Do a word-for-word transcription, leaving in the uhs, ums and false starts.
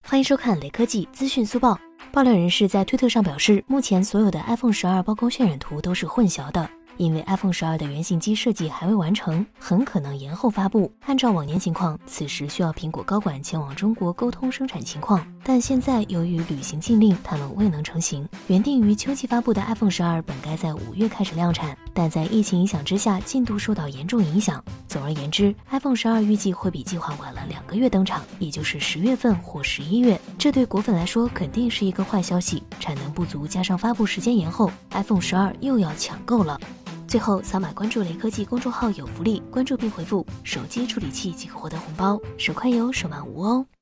欢迎收看雷科技资讯速报。爆料人士在推特上表示，目前所有的 iPhone 十二包工渲染图都是混淆的，因为 iPhone 十二的原型机设计还未完成，很可能延后发布。按照往年情况，此时需要苹果高管前往中国沟通生产情况，但现在由于旅行禁令，他们未能成行。原定于秋季发布的 iPhone 十二本该在五月开始量产，但在疫情影响之下，进度受到严重影响。总而言之 ，iPhone 十二预计会比计划晚了两个月登场，也就是十月份或十一月。这对果粉来说肯定是一个坏消息，产能不足加上发布时间延后 ，iPhone 十二又要抢购了。最后，扫码关注雷科技公众号有福利，关注并回复手机处理器即可获得红包，手快有，手慢无哦。